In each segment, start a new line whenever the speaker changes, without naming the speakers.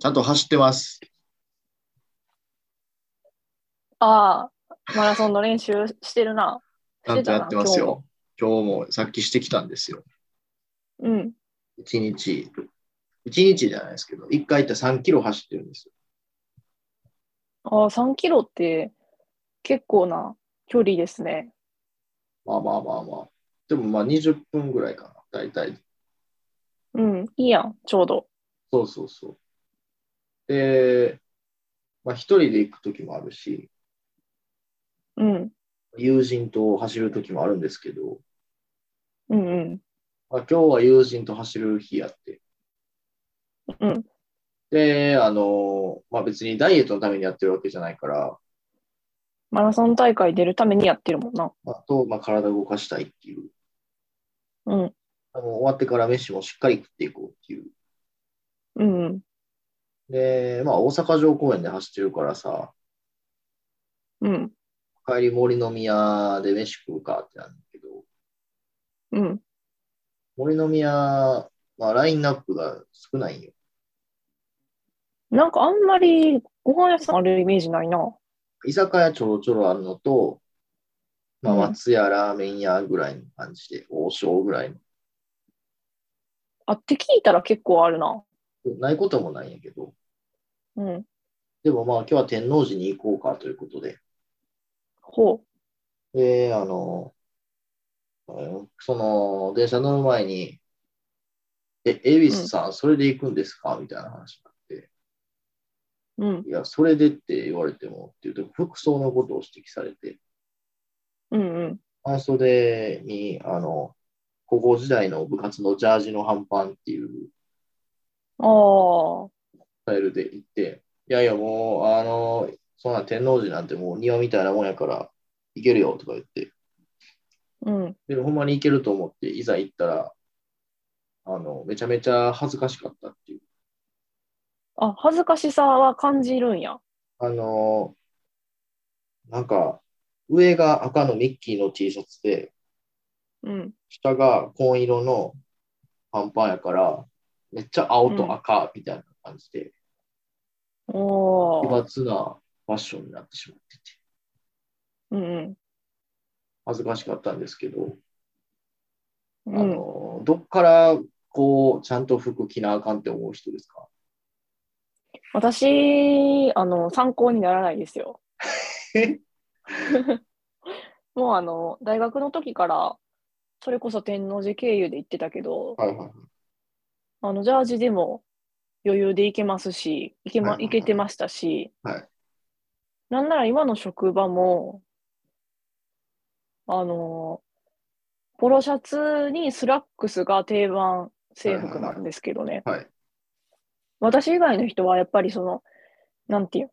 ちゃんと走ってます。
ああ、マラソンの練習してるな。
ちゃんとやって
してたな、今日も。
ますよ。今日もさっきしてきたんですよ。
うん。
一日、一日じゃないですけど、一回行って3キロ走ってるんですよ。
ああ、3キロって結構な距離ですね。
まあまあまあまあ。でもまあ20分ぐらいかな、大体。
うん、いいやん、ちょうど。
そうそうそう。で、まあ一人で行くときもあるし、
うん、
友人と走るときもあるんですけど、
うん、うん、
まあ、今日は友人と走る日やって。
うん。
で、まあ別にダイエットのためにやってるわけじゃないから、
マラソン大会出るためにやってるもんな。
まあ体を動かしたいっていう。
うん、
終わってから飯もしっかり食っていこうっていう。
うん、うん、
で、まあ大阪城公園で走ってるからさ、
うん、
帰り森の宮で飯食うかってなるんだけど、
うん。
森の宮、まあラインナップが少ないんよ。
なんかあんまりご飯屋さんあるイメージないな。
居酒屋ちょろちょろあるのと、まあ
うん。
松屋ラーメン屋ぐらいの感じで、王将ぐらいの。
あって聞いたら結構あるな。
ないこともないんやけど、
うん。
でもまあ今日は天王寺に行こうかということで、
ほ
で、電車乗る前に、恵比
う。うん、
寿さん、それで行くんですかみたいな話になって、
うん、
いや、それでって言われても、っていうと、服装のことを指摘されて、
うん、うん。
半袖に、高校時代の部活のジャージの半パンっていう
ああ、
スタイルで行って、いやいや、もう、そんな天王寺なんてもう庭みたいなもんやから、行けるよとか言って、
うん。
で、ほんまに行けると思って、いざ行ったら、めちゃめちゃ恥ずかしかったっていう。
あ、恥ずかしさは感じるんや。
あの、なんか、上が赤のミッキーの T シャツで、
うん、
下が紺色のパンパンやから、めっちゃ青と
うん。
赤みたいな感じで、奇
おー、
抜なファッションになってしまってて、
うん、
恥ずかしかったんですけど、
うん、うん。
どっからこう、ちゃんと服着なあかんって思う人ですか？
私、参考にならないですよ。
え
もう大学の時から、それこそ天王寺経由で行ってたけど、
はいはい
ジャージでも余裕で行けますし、
はい
行けて
は
ましたし、
いはい。
なんなら今の職場も、あの、ポロシャツにスラックスが定番
はい
制服なん
はい
ですけどね。
はい。はい。
私以外の人はやっぱりなんていう、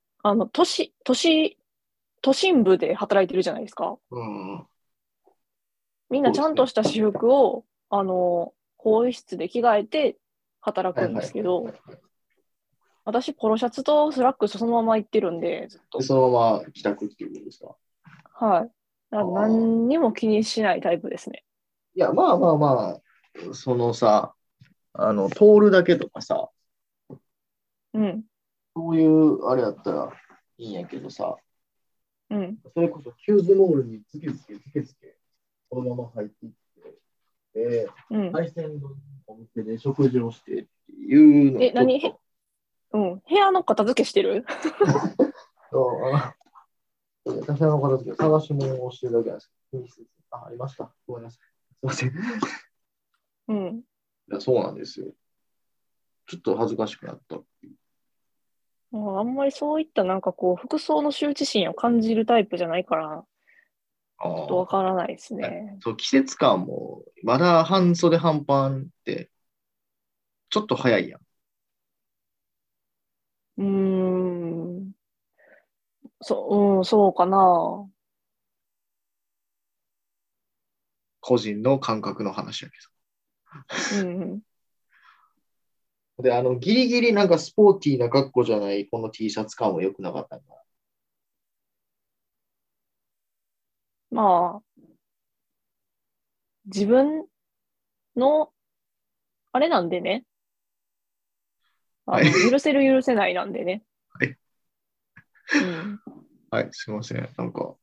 都心部で働いてるじゃないですか。
うん、
みんなちゃ
そうですね。
んとした私服を、更衣室で着替えて働くんで
はいはいはい
すけど、
はいはい。
私、ポロシャツとスラックスそのまま行ってるんで、ずっ
で、
と。
そのまま帰宅っていうことですか？
はい。
ああ。
何にも気にしないタイプですね。
いや、まあまあまあ、そのさ、通るだけとかさ、
うん、
そういうあれやったらいいんやけどさ、
うん、
それこそキューズモールにつけつけ、そのまま入っていって、
うん。
海鮮丼のお店で食事をしてっていうのは
え、うん。部屋の片付けしてる？
あ私の片付け探し物をしてるだけなんですけど、ありました。ごめんなさい。すいません。い
うん。
や、そうなんですよ。ちょっと恥ずかしくなった。
あんまりそういったなんかこう、服装の羞恥心を感じるタイプじゃないから、ちょっとわ
あ
からないです
あ、
ね。
そう、季節感も、まだ半袖半パンってちょっと早いやん。
うーん。うん、そうかな。
個人の感覚の話やけ
うん、
ど。で、ギリギリなんかスポーティーな格好じゃないこの T シャツ感は良くなかったんだ。
まあ、自分の、あれなんでね。
はい。
許せる許せないなんでね。
はい。
うん。
はい、すいません。なんか、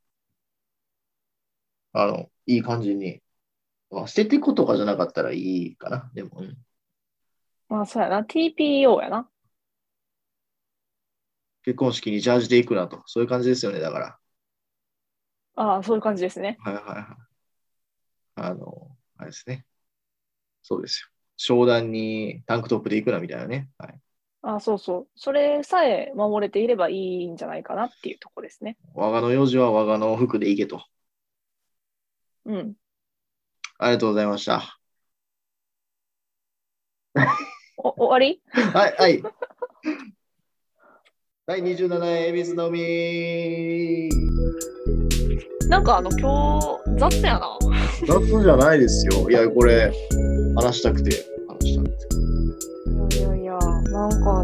いい感じに。まあ、捨てていくとかじゃなかったらいいかな。でも、うん。
まあ、そうやな。TPO やな。
結婚式にジャージで行くなと。そういう感じですよね。だから。
ああ、そういう感じですね。
はいはいはい。あれですね。そうですよ。商談にタンクトップで行くなみたいなね。はい。
ああ、そうそう。それさえ守れていればいいんじゃないかなっていうところですね。
我がの用事は我がの服で行けと。
うん。
ありがとうございました。
終わり。
はい、はい。第27回恵比寿のみ。
なんか今日雑やな。
雑じゃないですよ。いや、これ、話したくて話したんですけ
いやいやいや、なんか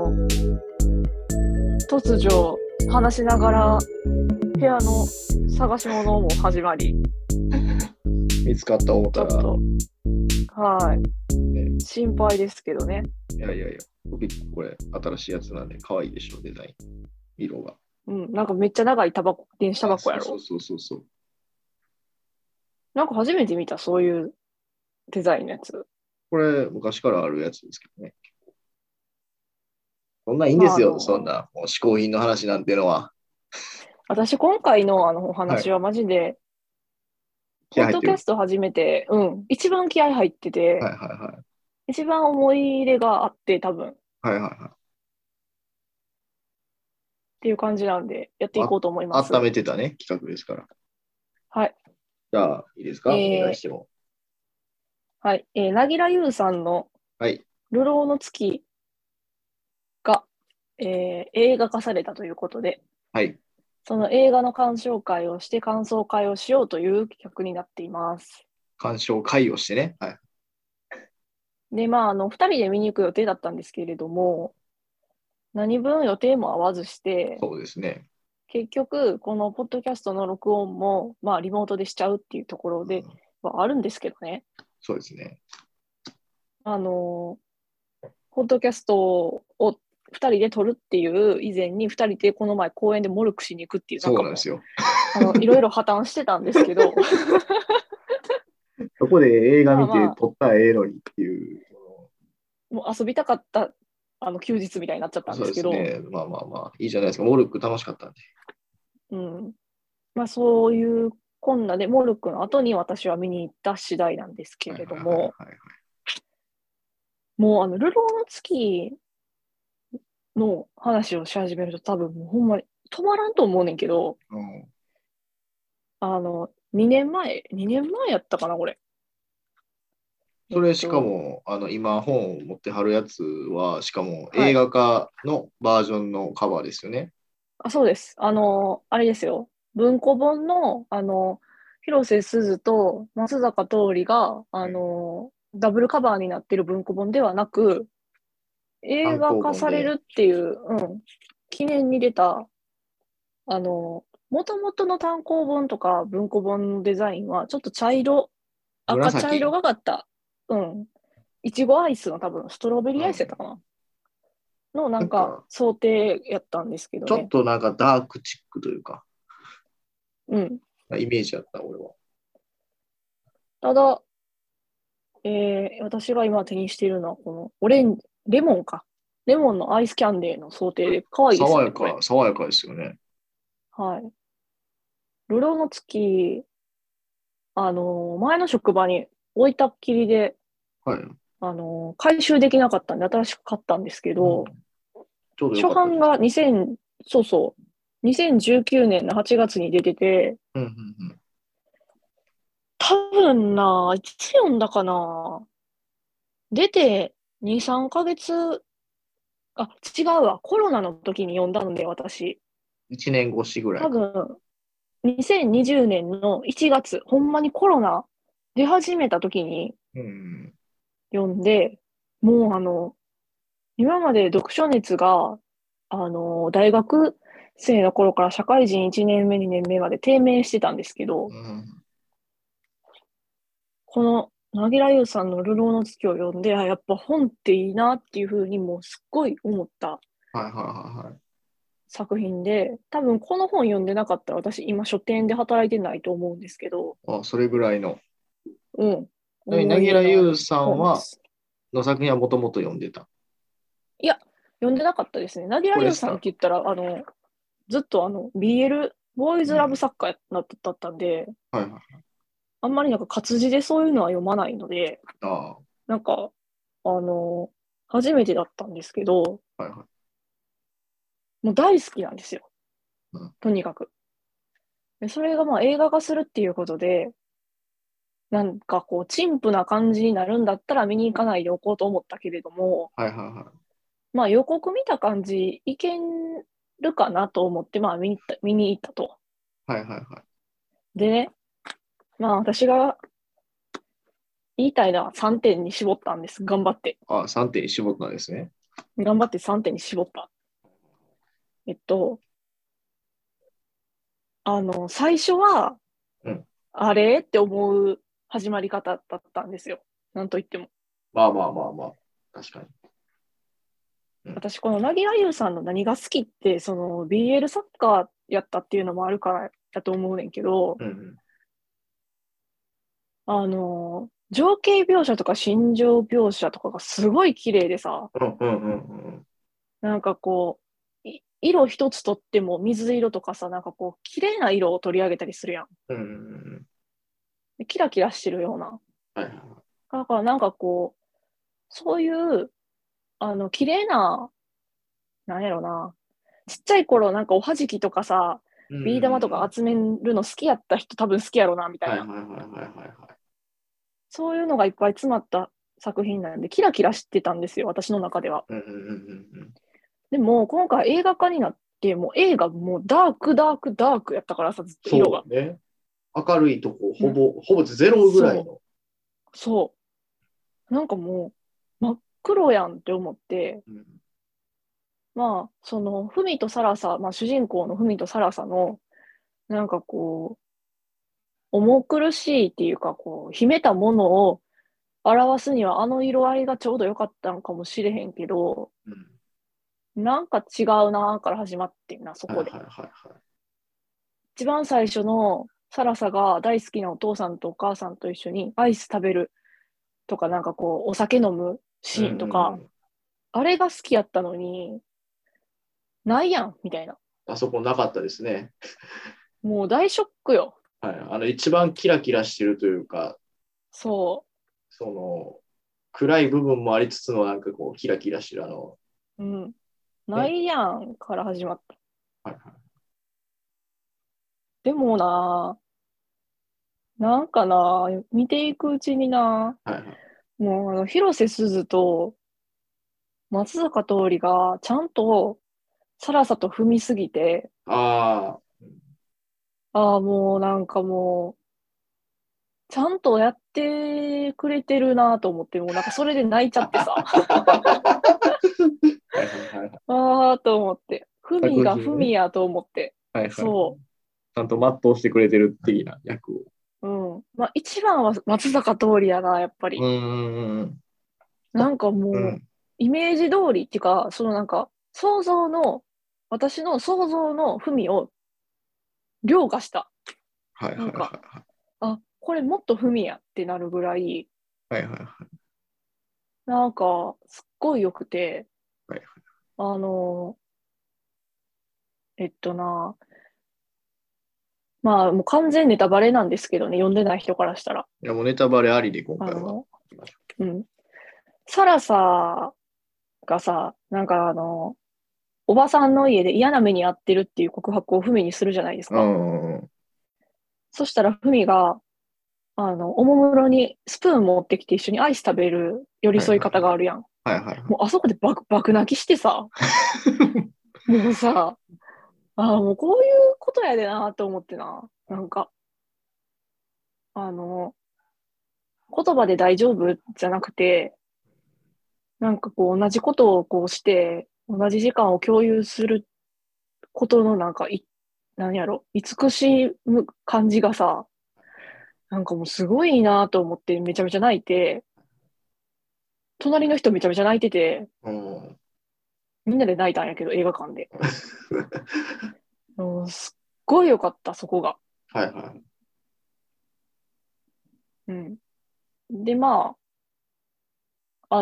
突如話しながら部屋の探し物も始まり、
ど、見つかった思ったら、
ちょっと、はい、
ね、
心配ですけどね。
いやいやいや、これ、新しいやつなんで、可愛いでしょ、デザイン。色が。
うん、なんかめっちゃ長い電子タ
あ、
バコやろ。
そうそうそうそうそう。
なんか初めて見た、そういうデザインのやつ。
これ、昔からあるやつですけどね。そんなんいいんで
まあ
すよ、そんな、もう嗜好品の話なんてのは。
私今回のお
はい。
話はマジで、ポッドキャ
気合入ってる。
スト始めて、うん、一番気合入ってて、
はいはいはい。
一番思い入れがあって、多分、っ
はいはいは
ていう感じなんで、やっていこうと思い
い。
ます。
温めてたね、企画ですから。
はい。
じゃあ、いいですか、お願い
え
しても。
はい。凪良優さんの
はい。
流浪の月が、映画化されたということで、
はい。
その映画の鑑賞会をして感想会をしようという企画になっています。
鑑賞会をしてね。はい。
で、まあ、二人で見に行く予定だったんですけれども、何分予定も合わずして、
そうですね。
結局、このポッドキャストの録音も、まあ、リモートでしちゃうっていうところで
うん、
はあるんですけどね。
そうですね。
あの、ポッドキャストを2人で撮るっていう以前に2人でこの前公園でモルックしに行くっていうなんかも
そうなんですよ。
ういろいろ破綻してたんですけど
そこで映画見て
まあま
撮ったらええのにっていう。
あもう遊びたかった休日みたいになっちゃったん
そう
ですけど、
ですね。まあまあまあ、いいじゃないですか。モルック楽しかったんで。
うん、まあそういうこんなでモルックの後に私は見に行った次第なんですけ
はいはい
れども、
はいはい。
もう流浪の月の話をし始めると多分もうほんまに止まらんと思うねんけど、
うん、
2年前やったかな、これ。え
それしか
っと、
も、今本を持ってはるやつは、しかも
はい。
映画化のバージョンのカバーですよね。
あ、そうです。あれですよ。文庫本の、広瀬すずと松坂桃李が、
はい。
ダブルカバーになってる文庫本ではなく、映
単行
画化
本で、
されるっていう、うん、記念に出た、もともとの単行本とか文庫本のデザインは、ちょっと赤茶色
紫。
がかった、うん、いちごアイスの多分、ストロベリーアイスやった
うん。
かなの、なんか、
なんか、
想定やったんですけど
ちょっ
ね。
となんかダークチックというか、
うん。
イメージあった、俺は。
ただ、私が今手にしているのは、このレモンか。レモンのアイスキャンデーの想定で、可愛いですよね、これ。
爽やかですよね。
はい。流浪の月、前の職場に置いたっきりで、
はい。
回収できなかったんで、新しく買ったんですけ
うん。
ど、
ちょうどよかった
初版が
ですね。
そうそう、2019年の8月に出てて、
うんうん
多分な、いつ読んだかな。出て2、3ヶ月、あ、違うわ。コロナの時に読んだんで、私。
うん。1年越しぐらいか。
多分、2020年の1月、ほんまにコロナ出始めた時に
うん。
読んで、もう今まで読書熱が、大学生の頃から社会人1年目、2年目まで低迷してたんですけど、
うん。
この凪良優さんの流浪の月を読んで、やっぱ本っていいなっていうふうにもうすっごい思った
はいはいはいはい。
作品で、多分この本読んでなかったら私今書店で働いてないと思うんですけど、
あ、それぐらいの。
うん、
ちなみに、
思い
凪
入れのある
良優さんは、
本です。
の作品はもともと読んでた。
いや、読んでなかったですね。凪良優さんっ
これスタート。
て言ったら、ずっとBL、ボーイズラブ
うん。
作家だったんで、
はいはい。
あんまりなんか活字でそういうのは読まないので、
あ
なんか、あの、初めてだったんですけど、
あ、はいはい。
もう大好きなんですよ。
うん。
とにかく。でそれがまあ映画化するっていうことで、なんかこう、陳腐な感じになるんだったら見に行かないでおこうと思ったけれども、
はいはいはい。
まあ予告見た感じ、いけるかなと思って、まあ見に行ったと。
はいはいはい。
でね、まあ私が言いたいのは3点に絞ったんです。頑張って。
あ、3点に絞ったんですね。
頑張って3点に絞った。えっと、最初は、
うん。
あれって思う始まり方だったんですよ。なんと言っても。
まあまあまあまあ。確かに。うん。
私、この凪良優さんの何が好きって、その BL サッカーやったっていうのもあるからだと思うねんけど、
うん。
情景描写とか心情描写とかがすごい綺麗でさ、
うんうんうんうん。
なんかこう、色一つとっても水色とかさ、なんかこう、綺麗な色を取り上げたりするやん。
うんうんうん。
でキラキラしてるような。
はいはいは
だからなんかこう、そういう、綺麗な、なんやろな、ちっちゃい頃なんかおはじきとかさ、
い。う
ビー玉とか
ん。
集めるの好きやった人多分好きやろな、みたいな。
はいはいはいはいはいはい。
そういうのがいっぱい詰まった作品なんで、キラキラしてたんですよ、私の中では。
うんうんうんうん
でも、今回映画化になって、もう映画もうダークダークダークやったからさ、ずっと色が。
そうね。明るいとこ、
な
ほぼゼロぐらい
そ
の。
う、そう。なんかもう、真っ黒やんって思って、
うん。
まあ、その、フミとサラサ、まあ、主人公のフミとサラサの、なんかこう、重苦しいっていうか、こう、秘めたものを表すには、あの色合いがちょうど良かったのかもしれへんけど、
うん。
なんか違うなーから始まってんな、そこで。
はいはいはいはい。
一番最初のサラサが大好きなお父さんとお母さんと一緒にアイス食べるとか、なんかこう、お酒飲む
うん
シーンとか、
うんうん。
あれが好きやったのに、ないやん、みたいな。
あそこなかったですね。
もう大ショックよ。
はい。一番キラキラしてるというか、
そ
その、暗い部分もありつつのなんかこう、キラキラしてる
う。うん。な
ね。
いやんから始まった。
はいは
でもな、なんかな、見ていくうちにな、
い。はいはい。
もう広瀬すずと松坂桃李がちゃんとさらさと踏みすぎて、
ああ、
ああ、もうなんかもう、ちゃんとやってくれてるなと思って、もうなんかそれで泣いちゃってさ、
はいはいはいはい。
ああと思って、ふみがふ
作品ね。
みやと思って、
はいはい。
そ
ちゃんと全うしてくれてる的な役を。
う、うん。まあ一番は松坂桃李やな、やっぱり。
うんうんうん。あ、
なんかもう、
うん。
イメージ通りっていうか、そのなんか、私の想像のふみを凌駕した。
はいはい
なんか、
は
あ、これもっとふみやってなるぐらい、
いはい。はいはいはい。
なんか、すっごい良くて、
はいはい。
あの、えっとな、まあ、もう完全ネタバレなんですけどね、読んでない人からしたら。
いや、もうネタバレありで今回は
あの、
行きましょ
うん。サラサがさ、なんかおばさんの家で嫌な目に遭ってるっていう告白をふみにするじゃないです
う。う
か。
ん。はい
そしたらふみが、おもむろにスプーン持ってきて一緒にアイス食べる寄り
はい
添い方があるやん。
はいはいはい。
もうあそこで爆泣きしてさ、もうさ、もうこういうことやでなと思ってな。なんか、あの、言葉で大丈夫じゃなくて、なんかこう同じことをこうして、同じ時間を共有することのなんか、なんやろ、慈しむ感じがさ、 なんかもうすごいなと思ってめちゃめちゃ泣いて、隣の人めちゃめちゃ泣いてて、
うん。
みんなで泣いたんやけど、映画館で。すっごい良かった、そこが。
はいはい。
うん。で、まあ、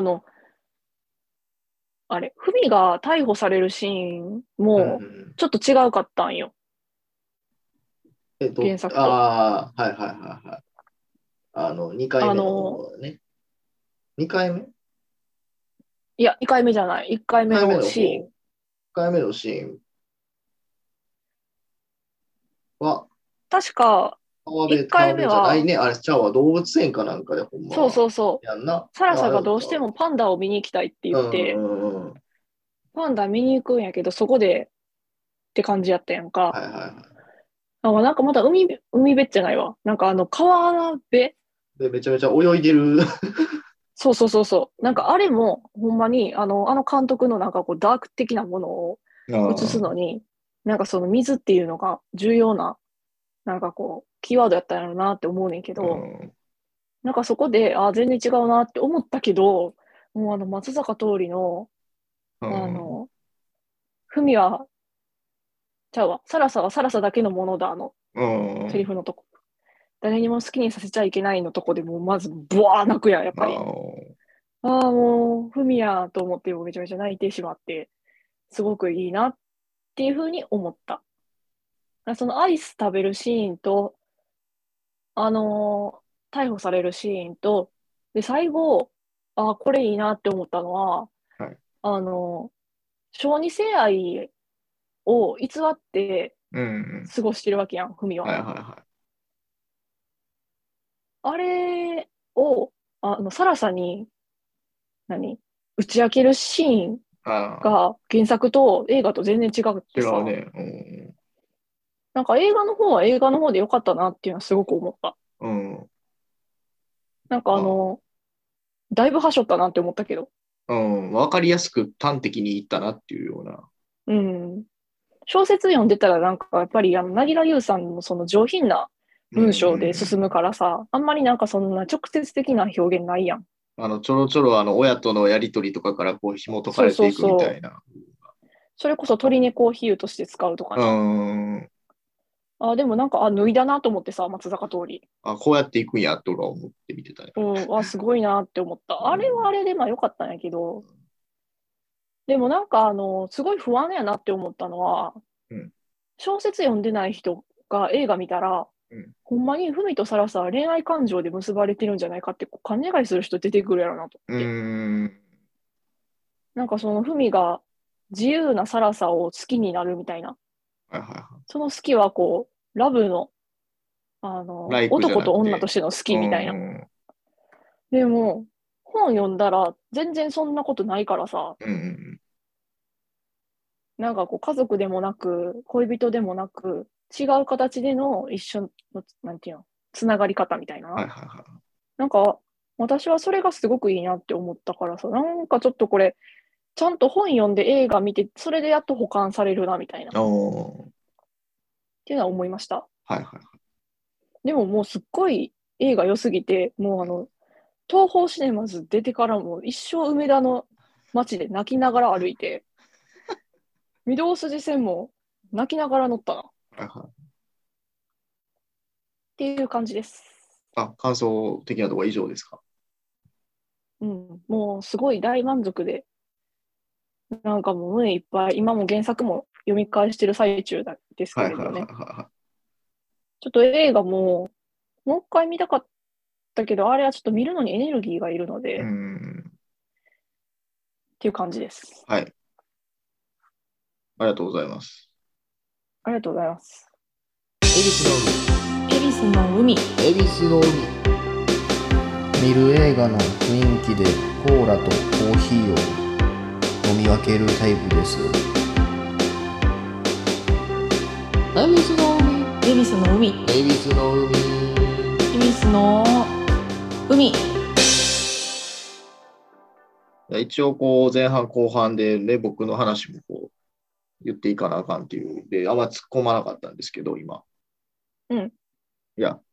あれ、フミが逮捕されるシーン
うんう
も、
ん。
ちょっと違うかったんよ、原作と。
ああ、はいはいはいはい。2回目の
あの、
方ね。2回目
いや、2回目じゃない。1回
?1
目
回目
のシーン。
の方。1回目のシーンは、
確か、1回
川辺じゃない
目は、
ね。あれちゃうわ。動物園かなんかでほん
そう
ま。
そうそう、
やんな。
サラ
あ、
サがどうし
あれちゃう。
てもパンダを見に行きたいって言
う
って、
んうんうん。
パンダ見に行くんやけど、そこでって感じやったやんか。
はいはいは
なんかまた海辺じゃないわ。なんか川辺。
い。で、めちゃめちゃ泳いでる。
そうそうそうそう。なんかあれも、ほんまに、あの監督のなんかこう、ダーク的なものを
あ
映すの
あ、
に、なんかその水っていうのが重要な、なんかこう、キーワードやったんやろうなって思うねんけど、
うん。
なんかそこで、全然違うなって思ったけど、もう松坂桃李の、
うん。
あの、ふみは、ちゃうわ、サラサはサラサだけのものだ、
うん。
セリフのとこ。誰にも好きにさせちゃいけないのとこでもうまず、ブワー泣くやん、やっ
あ
ぱり。
あ、
もう、ふみやと思って、もうめちゃめちゃ泣いてしまって、すごくいいなっていうふうに思った。そのアイス食べるシーンと、あの逮捕されるシーンと、で、最後、これいいなって思ったのは、
はい。
あの小児性愛を偽って
うん。
過ごしてるわけやん、ふみは。
はいはいはい。
あれを、サラサに、打ち明けるシーン
ああ、
が原作と映画と全然違ってさ、
違うね。うん。
なんか映画の方は映画の方でよかったなっていうのはすごく思った。
うん。
なんか
あ
だいぶはしょったなって思ったけど。
うん。わかりやすく端的に言ったなっていうような。
うん。小説読んでたらなんかやっぱり凪良優さんのその上品な
うんう
文章で進む
ん
からさ、あんまりなんかそんな直接的な表現ないやん。
うん。ちょろちょろ親とのやりとりとかからこう紐解か
そうそう
れていくみた
そう。
いな。
それこそ鳥猫比喩として使うとか
う
な。
ん。
でもなんか、脱いだなと思ってさ、松坂桃李。
あ、こうやっていくんやとか思って見てたね。
うん、すごいなって思った。あれはあ
うん。
れでまあ良かったんやけど、でもなんかすごい不安やなって思ったのは、
うん。
小説読んでない人が映画見たら、
うん。
ほんまに文とサラサは恋愛感情で結ばれてるんじゃないかってこう勘違いする人出てくるやろなと思
う
って。
ん。
なんかその文が自由なサラサを好きになるみたいな。
はいはいは
その好きはこう、ラブの、
い。ライクじゃ
男と
なくて。
女としての好
う
きみたいな。
ん。
でも、本読んだら全然そんなことないからさ、
うん。
なんかこう家族でもなく、恋人でもなく、違う形での一緒の、なんていうの、つながり方みたいな。
はいはいはい。
なんか、私はそれがすごくいいなって思ったからさ、なんかちょっとこれ、ちゃんと本読んで映画見て、それでやっと保管されるな、みたいな。っ
おー。
ていうのは思いました。
はいはいは
でももうすっごい映画良すぎて、もう東宝シネマズ出てからも一生梅田の街で泣きながら歩いて、御堂筋線も泣きながら乗ったなっ
い。はいはい。
ていう感じです。
感想的なところは以上ですか？
うん、もうすごい大満足で、なんかもう胸いっぱい、今も原作も読み返してる最中ですけ
はいはいはい
れどね。
は
ちょっと映画もう一回見たかったけど、あれはちょっと見るのにエネルギーがいるの
い。う
で、っ
ん。
ていう感じです。
はい。ありがとうございます。
ありがとうございます。
恵比寿の
恵比寿の海。
海。恵比寿の海。
見る映画の雰囲気でコーラとコーヒーを飲み分けるタイプです。
恵比寿の海。
恵比寿の海。
恵比寿の海。
恵比寿の海。
一応こう前半後半でね、僕の話もこう言っていかなあかんっていうで、あんま突っ込まなかったんですけど、今。
うん。
いや、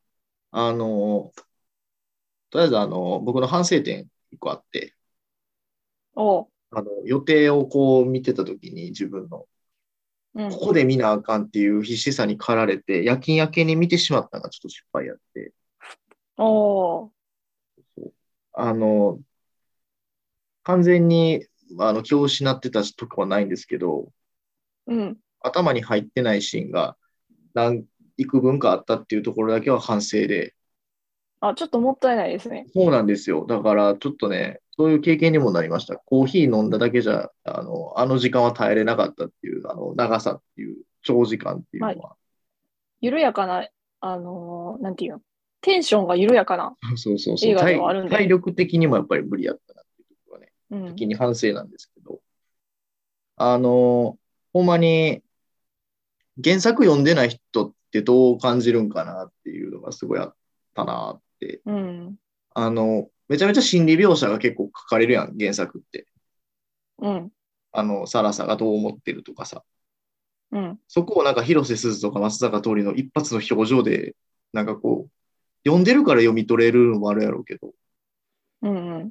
あの、とりあえず僕の反省点一個あって、
おう。
予定をこう見てたときに自分の、
うん。
ここで見なあかんっていう必死さに駆られて、夜勤明けに見てしまったのがちょっと失敗やって、
おう。
あの、完全に気を失ってたとこはないんですけど、
うん。
頭に入ってないシーンが何幾分かあったっていうところだけは反省で、
あ、ちょっともったいないですね。
そうなんですよ。だからちょっとね、そういう経験にもなりました。コーヒー飲んだだけじゃ、あの時間は耐えれなかったっていう、長さっていう、長時間ってい
まあ、
うのは。
緩やかな、なんていうの、テンションが緩やかな
そうそうそう。
映画ではあるんで。
体力的にもやっぱり無理やったなっていうところはね、
うん。
先に反省なんですけど、あの、ほんまに原作読んでない人ってどう感じるんかなっていうのがすごいあったなって。
うん。
めちゃめちゃ心理描写が結構書かれるやん、原作って。
うん。
サラサがどう思ってるとかさ。
うん。
そこをなんか広瀬すずとか松坂桃李の一発の表情で、なんかこう、読んでるから読み取れるのもあるやろうけど、
うん。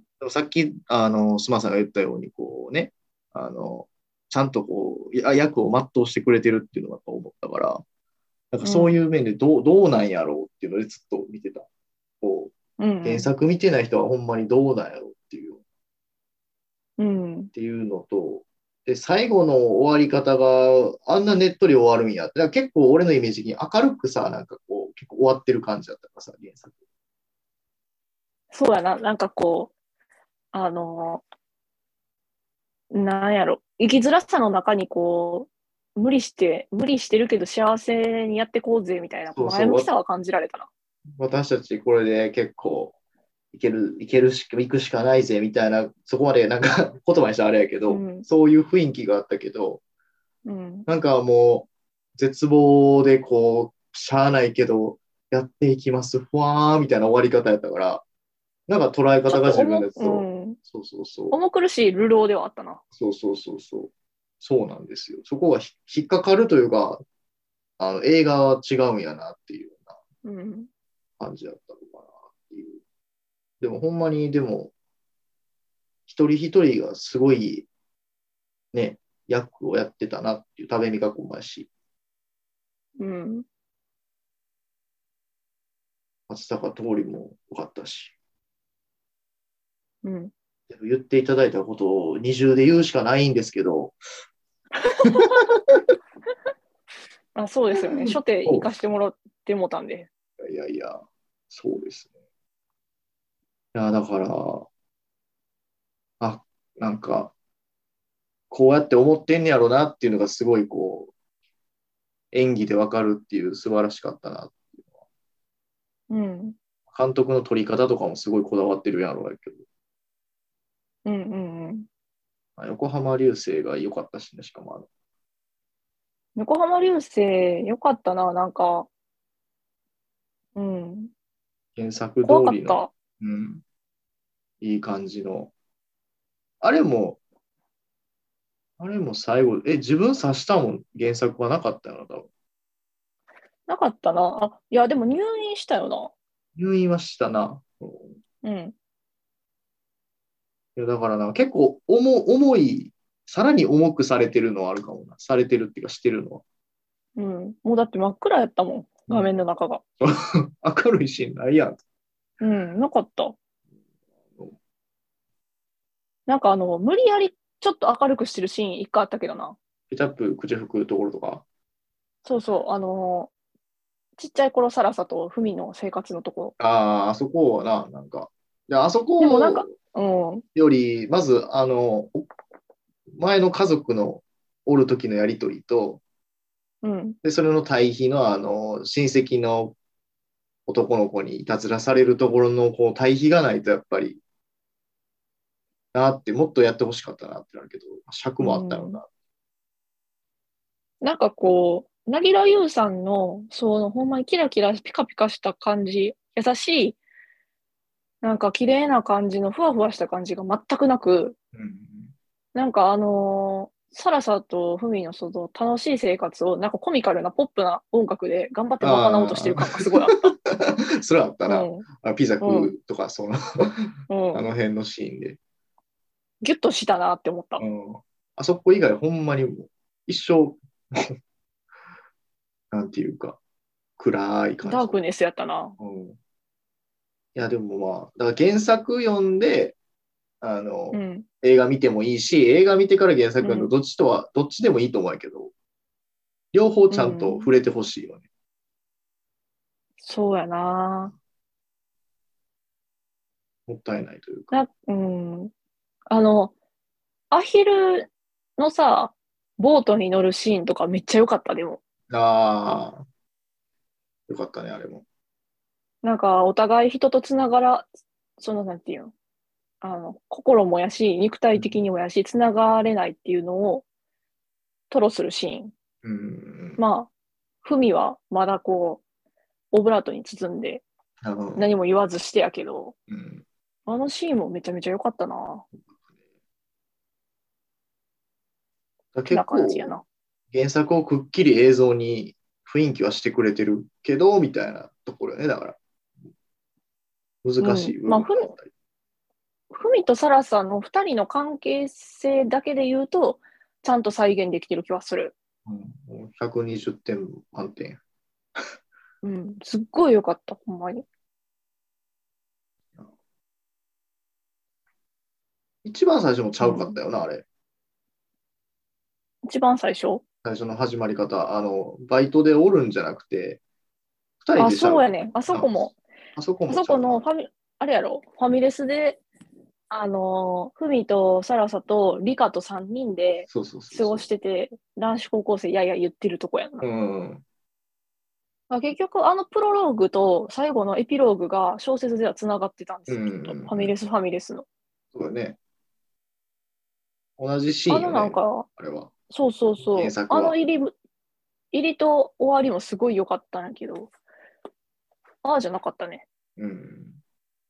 でもさっき、スマさんが言ったように、こうね、あの、ちゃんとこう、役を全うしてくれてるっていうのがやっぱ思ったから、なんかそうい
うん。
う面でどうなんやろうっていうのでずっと見てた。こ
う
う、原
ん。
作見てない人はほんまにどうなんやろう
うん。
っていうのと、で、最後の終わり方があんなねっとり終わるんやって。だから結構俺のイメージ的に明るくさ、なんかこう、結構終わってる感じだったからさ、原作。
そうやな。なんかこう、あのなんやろ。生きづらさの中にこう、無理してるけど幸せにやってこうぜみたいな、
そうそう。
前向きさは感じられたな。
私たちこれで結構、いけるしか、行くしかないぜ、みたいな、そこまでなんか言葉にしたらあれやけど、
うん。
そういう雰囲気があったけど、
うん。
なんかもう、絶望でこう、しゃあないけど、やっていきます、ふわーみたいな終わり方やったから、なんか捉え
ちょ
方が自分
っと
でそう、
ん。
そうそうそう、
重苦しい流浪ではあったな。
そうそうそうそう、そうなんですよ。そこが引っかかるというか、映画は違うんやなっていうような
うん。
感じだったのかなっていう。でもほんまに、でも、一人一人がすごいね、役をやってたなっていう、多部未華子もやし、
うん。
松坂桃李も良かったし、
うん。
言っていただいたことを二重で言うしかないんですけど、
あ、そうですよね。初手行
そ
かしてもらってもたんで。
ういやいや、そうですね。いや、だから、あ、なんか、こうやって思ってんねやろなっていうのがすごいこう、演技でわかるっていう素晴らしかったな。
うん。
監督の撮り方とかもすごいこだわってるやろうけど、
うんうんうん。
横浜流星が良かったしね、しかも
横浜流星、よかったな、なんか、うん。
原作通
怖かっ
りの、
た。
うん、いい感じの。あれも、あれも最後、自分刺したもん原作はなかったよな、多分。
なかったな。あ、いや、でも入院したよな。
入院はしたな。
うん。
いやだからな、結構重い、さらに重くされてるのはあるかもな。されてるっていうかしてるのは。
うん。もうだって真っ暗やったもん。画
うん、
面の中が。
明るいシーンないやん。
うん、なかった。なんか無理やりちょっと明るくしてるシーン一回あったけどな。
ケチャップ口吹くところとか。
そうそう、ちっちゃい頃サラサとフミの生活のところ。
ああ、あそこはな、なんか。で、あそこ
でもなんか、うん、
より、まず、前の家族のおる時のやりとりと、
うん、
で、それの対比の、親戚の男の子にいたずらされるところの、こう、対比がないと、やっぱり、なって、もっとやってほしかったなってなるけど、尺
う
もあったよ
ん。
な。
なんかこう、凪良優さんの、そのほんまにキラキラピカピカした感じ、優しい、なんか綺麗な感じのふわふわした感じが全くなく、
うん。
なんかサラサとフミのその楽しい生活を、なんかコミカルなポップな音楽で頑張って賄おうとして
ああ、
る感がすごいあった。
それはあったな。
うん。
ピザ食うとか、
うん。
あの辺のシーンで。
ギュッとしたなって思った。
あそこ以外ほんまにもう一生、なんていうか、暗い感じ。
ダークネスやったな。
いや、でもまあ、だから原作読んで、
うん。
映画見てもいいし、映画見てから原作読んで、
うん。
どっちでもいいと思うんやけど、両方
う
ちゃんと触
ん。
れてほしいよね。
そうやな。
もったいないというか。
うん。あの、アヒルのさ、ボートに乗るシーンとかめっちゃ良かった、でも。
ああ、よかったね、あれも。
なんか、お互い人とつながら、なんていうの、心もやし、肉体的にもやし、つながれないっていうのを、吐露するシーン。
うん。
まあ、ふみはまだこう、オブラートに包んで、
あの、
何も言わずしてやけど、
うん。
あのシーンもめちゃめちゃ良かったな。ってな感じや
結構、
な。
原作をくっきり映像に雰囲気はしてくれてるけど、みたいなところよね。だから、難し
うん。
い部
まあ、
分があったり。
ふみとサラさんの二人の関係性だけで言うと、ちゃんと再現できてる気はする。
もう120点満点。
うん。すっごい良かった、ほんまに。
一番最初もちゃうかっ
うん。
たよな、あれ。
一番最初。
最初の始まり方。バイトでおるんじゃなくて、二人
あ、
でちゃう。
そうやね。あそこも、
あそこ
あそ
もちゃうな。
このあれやろ、ファミレスで、ふみとサラサとリカと3人で
そうそうそう
過ご
そ
してて、男子高校生やや言ってるとこやん
う。
な。
うん。
結局、あのプロローグと最後のエピローグが小説ではつながってたんで
うん。
すよ、
う
きっと。ファミレ
ん。
スファミレスの。
そうだね。同じシーンよね。
なんか、
あれは。
そうそう
原
そう。
作は。
入りと終わりもすごい良かったんやけど、ああじゃなかったね。
うん。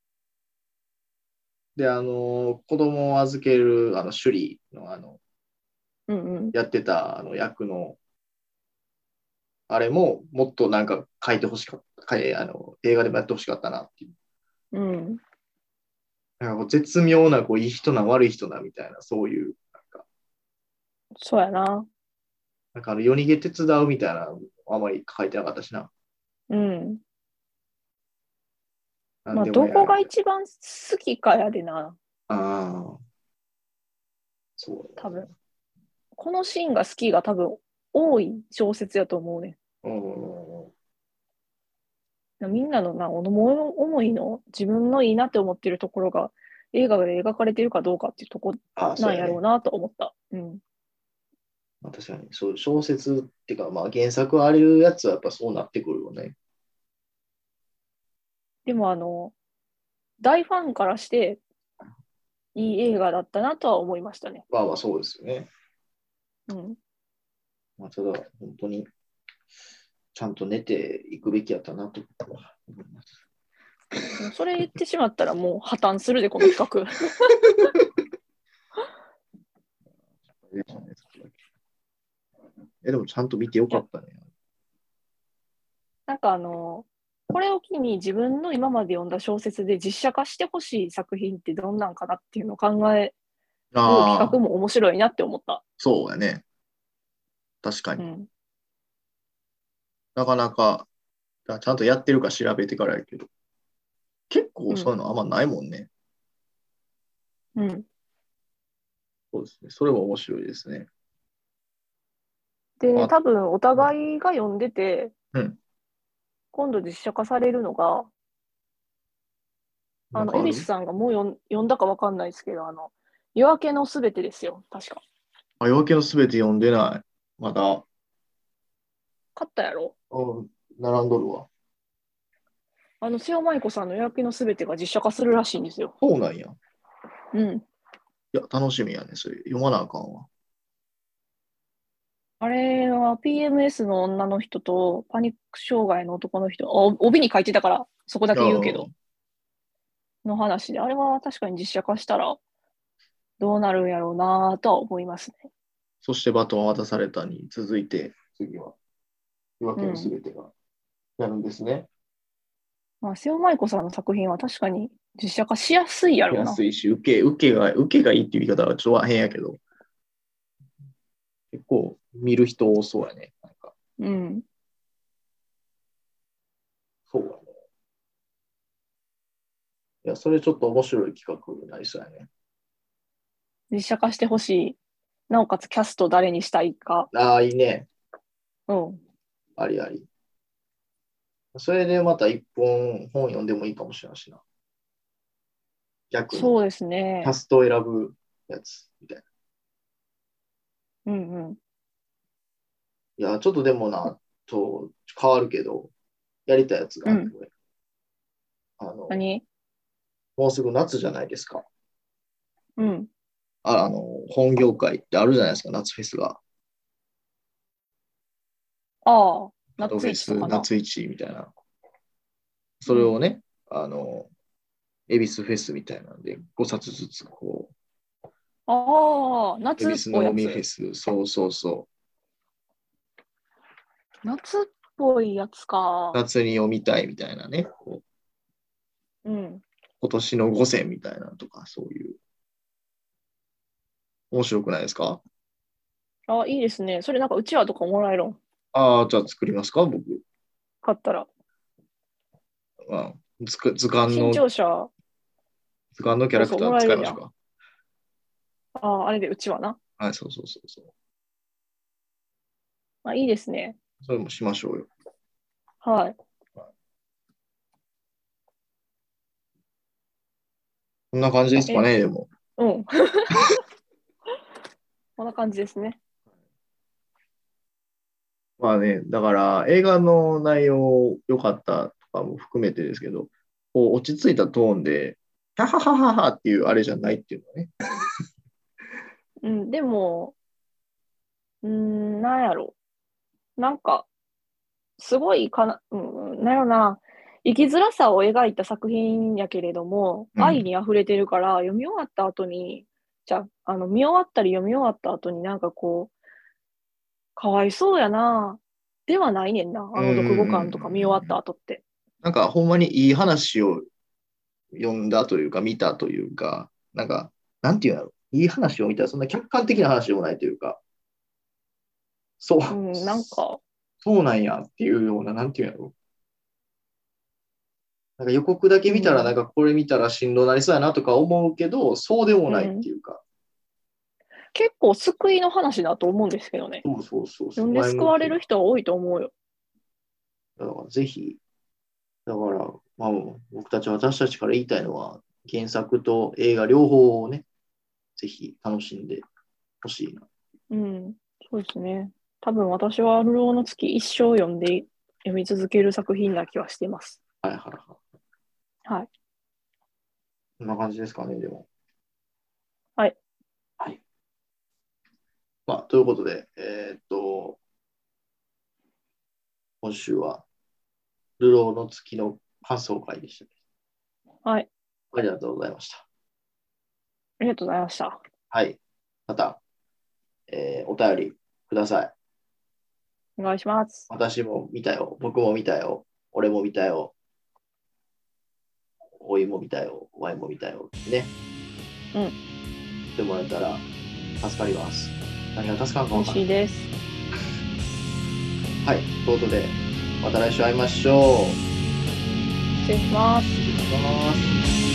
で、子供を預ける、シュリーの、
うんうん。
やってた、役の、あれも、もっとなんか書いてほしかった。映画でもやってほしかったなっていう。
うん。
なんかこう絶妙な、こう、いい人な、悪い人な、みたいな、そういう、
そうやな。
夜逃げ手伝うみたいな、あまり書いてなかったしな。
うん。
なん
まあ、
でもやる。
どこが一番好きかやでな、
ああ、そうだね。
多分。このシーンが好きが多分多い小説やと思うね。
うん。
みんなの思いの自分のいいなって思ってるところが映画で描かれてるかどうかっていうとこ
ああ、そ
な
うやね。
んやろうなと思った。うん。
まあ、確かに、そう、小説っていうか、まあ、原作あるやつはやっぱそうなってくるよね。
でも大ファンからしていい映画だったなとは思いましたね。
まあまあ、そうですよね。
うん。
まあ、ただ、本当に、ちゃんと寝ていくべきやったなと思います。
もうそれ言ってしまったらもう破綻するで、この企画。
でもちゃんと見てよ
いや、
かったね。
なんかこれを機に自分の今まで読んだ小説で実写化してほしい作品ってどんなんかなっていうのを考える企
ああ、
画も面白いなって思った。
そうやね。確かに。
うん。
なかなか、ちゃんとやってるか調べてからやけど、結構
うん。
そういうのあんまないもんね。
うん。
そうですね。それも面白いですね。
で、
あ、
多分お互いが読んでて、
うん。
今度実写化されるのが、恵比寿
なんかある。
さんがもう読んだかわかんないですけど、夜明けのすべてですよ、確か。
あ、夜明けのすべて読んでない。まだ、
買ったやろ。
うん、並んどるわ。
瀬尾舞子さんの夜明けのすべてが実写化するらしいんですよ。
そうなんや。い
うん。
や、楽しみやね。それ、読まなあかんわ。
あれは PMS の女の人とパニック障害の男の人、帯に書いてたから、そこだ
いや、
け言うけど、の話で、あれは確かに実写化したらどうなるんやろうなとは思いますね。
そしてバトンを渡されたに続いて、次は夜明けのす
うん。
べてがやるんですね。
まあ、瀬尾舞子さんの作品は確かに実写化しやすいやろうな。
安いし、受けがいいっていう言い方はちょっと変やけど、結構見る人多そうやね。なんか
うん。
そうだね。いや、それちょっと面白い企画になりそうやね。
実写化してほしい。なおかつキャスト誰にしたいか。
ああ、いいね。
うん。
ありあり。それでまた一本本読んでもいいかもしれないしな。逆に。
そうです
キャ
ね。
ストを選ぶやつみたいな。
うんうん。
いや、ちょっとでもな、変わるけど、やりたいやつがあって、俺
何？
もうすぐ夏じゃないですか。
うん。
本業界ってあるじゃないですか、夏フェスが。
ああ、
夏フェス、
夏市とかな。
夏市みたいな。それをね、恵比寿フェスみたいなんで、5冊ずつ、こ
ああ、
う、恵
夏っ
比寿
ぽいや
の海フェ
つ。
ス、そうそうそう。
夏っぽいやつか。
夏に読みたいみたいなね、こう
うん。
今年の5選みたいなとか、そういう。面白くないですか？
あ、いいですね。それなんかうちわとかもらえるん？
ああ、じゃあ作りますか、僕。
買ったら。
まあ、図鑑
新
の、
潮社、
図鑑のキャラクター
そうそうもらえるやん。
使いましょうか。
ああ、あれでうちわな。
はい、そうそうそうそう。
あ、いいですね。
それもしましょうよ。
はい。
こんな感じですか
え、
ね、でも。
うん。こんな感じですね。
まあね、だから映画の内容良かったとかも含めてですけど、こう落ち着いたトーンで、はははははっていうあれじゃないっていうのね。
うん、でも、なんやろ。なんか、すごいかな、なんやろな。生きづらさを描いた作品やけれども、
うん。
愛に溢れてるから、読み終わった後に、じゃあ、見終わったり読み終わった後になんかこう、かわいそうやな、ではないねんな。
うんうん
読後感とか見終わっ
うんうん。
た後って。
なんかほんまにいい話を読んだというか、見たというか、なんか、なんていうんだろう。いい話を見たら、そんな客観的な話でもないというか、そう、
うん、なんか、
そうなんやっていうような、なんていうんだろう。なんか予告だけ見たら、なん
うん、
かこれ見たらしんどなりそうやなとか思うけど、そうでもないっ
うん。
ていうか、
結構救いの話だと思うんですけどね。
そうそうそうそう、
読んで
前向きな。
救われる人は多いと思うよ。
だからぜひ、だから、まあ、私たちから言いたいのは、原作と映画両方をね、ぜひ楽しんでほしいな。
うん、そうですね。多分私は流浪の月一生読み続ける作品な気はしています。
はいはいはい。
はい。
こんな感じですかね、でも。
はい。
はい。まあ、ということで、今週は、流浪の月の感想会でした。
はい。
ありがとうございました。
ありがとうございました。
はい。また、お便りください。
お願いします。
私も見たよ。僕も見たよ。俺も見たよ。おいも見たよ。ワイも見たよ。ね。
うん。
ってもらえたら助かります。何が助かるか分
嬉
からない。
しいです。
はい。ということで、また来週会いましょう。
失礼します。
失礼します。